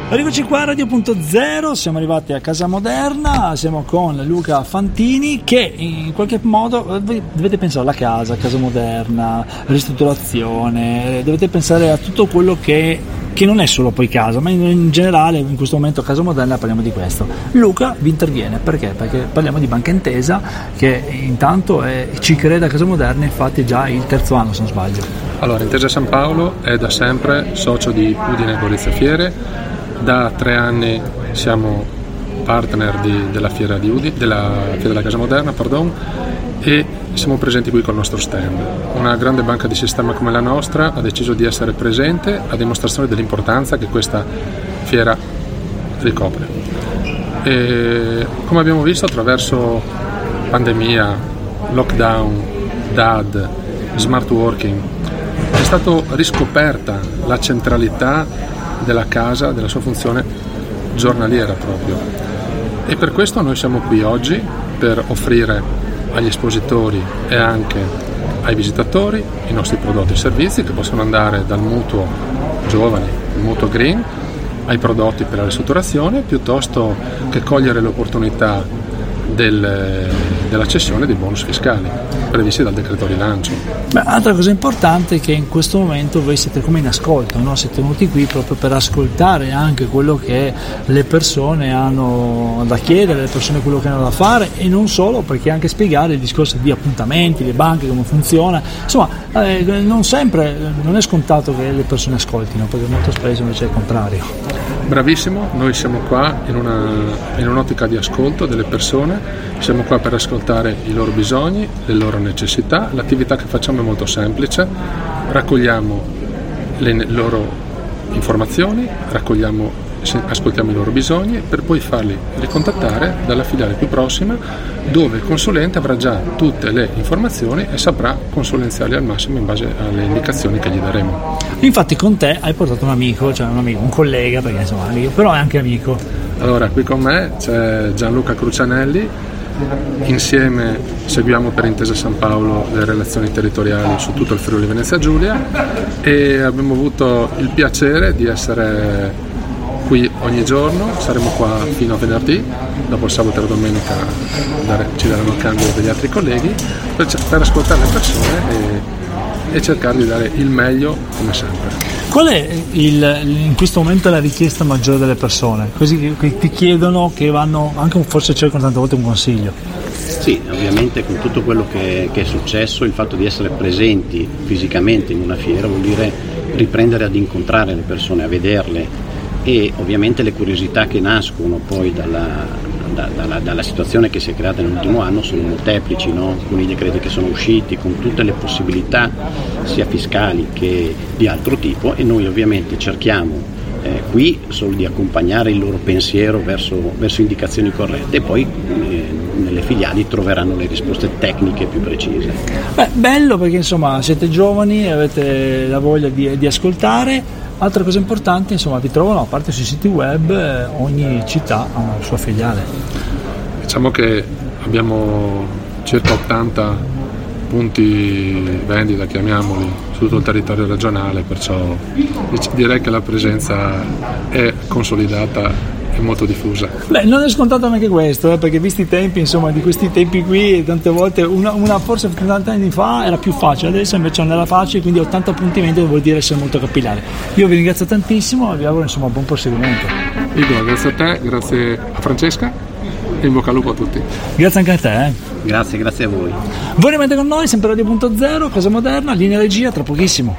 Eccoci qua a Radio.0, siamo arrivati a Casa Moderna, siamo con Luca Fantini che in qualche modo dovete pensare alla Casa Moderna, ristrutturazione, dovete pensare a tutto quello che non è solo poi casa, ma in generale in questo momento a Casa Moderna parliamo di questo. Luca vi interviene perché parliamo di Banca Intesa che intanto ci crede a Casa Moderna, infatti è già il terzo anno se non sbaglio. Allora, Intesa San Paolo è da sempre socio di Udine Gorizia Fiere. Da 3 anni siamo partner della fiera della Casa Moderna, e siamo presenti qui col nostro stand. Una grande banca di sistema come la nostra ha deciso di essere presente a dimostrazione dell'importanza che questa fiera ricopre. E come abbiamo visto attraverso pandemia, lockdown, DAD, smart working, è stata riscoperta la centralità della casa, della sua funzione giornaliera proprio, e per questo noi siamo qui oggi per offrire agli espositori e anche ai visitatori i nostri prodotti e servizi che possono andare dal mutuo giovani, il mutuo green, ai prodotti per la ristrutturazione, piuttosto che cogliere l'opportunità della cessione dei bonus fiscali previsti dal decreto rilancio. Altra cosa importante è che in questo momento voi siete come in ascolto, no? Siete venuti qui proprio per ascoltare anche quello che le persone hanno da chiedere, le persone quello che hanno da fare, e non solo, perché anche spiegare il discorso di appuntamenti, le banche, come funziona, insomma non è scontato che le persone ascoltino, perché molto spesso invece è il contrario. Bravissimo, noi siamo qua in un'ottica di ascolto delle persone, siamo qua per ascoltare i loro bisogni, le loro necessità. L'attività che facciamo è molto semplice: raccogliamo le loro informazioni, ascoltiamo i loro bisogni per poi farli ricontattare dalla filiale più prossima, dove il consulente avrà già tutte le informazioni e saprà consulenziarli al massimo in base alle indicazioni che gli daremo. Infatti con te hai portato un amico, un collega, perché insomma però è anche amico. Allora, qui con me c'è Gianluca Crucianelli. Insieme seguiamo per Intesa San Paolo le relazioni territoriali su tutto il Friuli Venezia Giulia, e abbiamo avuto il piacere di essere qui ogni giorno. Saremo qua fino a venerdì, dopo il sabato e la domenica ci daranno il cambio degli altri colleghi per ascoltare le persone e cercare di dare il meglio come sempre. Qual è in questo momento la richiesta maggiore delle persone? Così che ti chiedono, che vanno, anche forse cercano tante volte un consiglio. Sì, ovviamente con tutto quello che è successo, il fatto di essere presenti fisicamente in una fiera vuol dire riprendere ad incontrare le persone, a vederle, e ovviamente le curiosità che nascono poi dalla situazione che si è creata nell'ultimo anno sono molteplici, no? Con i decreti che sono usciti, con tutte le possibilità sia fiscali che di altro tipo, e noi ovviamente cerchiamo qui solo di accompagnare il loro pensiero verso indicazioni corrette, e poi nelle filiali troveranno le risposte tecniche più precise. Bello, perché insomma siete giovani e avete la voglia di ascoltare. Altra cosa importante, insomma, vi trovano, a parte sui siti web, ogni città ha una sua filiale. Diciamo che abbiamo circa 80 punti vendita, chiamiamoli, su tutto il territorio regionale, perciò direi che la presenza è consolidata e molto diffusa. Non è scontato neanche questo, perché visti i tempi, insomma, di questi tempi qui, tante volte forse 30 anni fa era più facile, adesso invece non era facile, quindi 80 punti vendita vuol dire essere molto capillare. Io vi ringrazio tantissimo e vi auguro insomma buon proseguimento. Igor, grazie a te, grazie a Francesca e in bocca al lupo a tutti. Grazie anche a te. Grazie a voi. Voi rimanete con noi, sempre Radio.0, Casa Moderna, linea regia, tra pochissimo.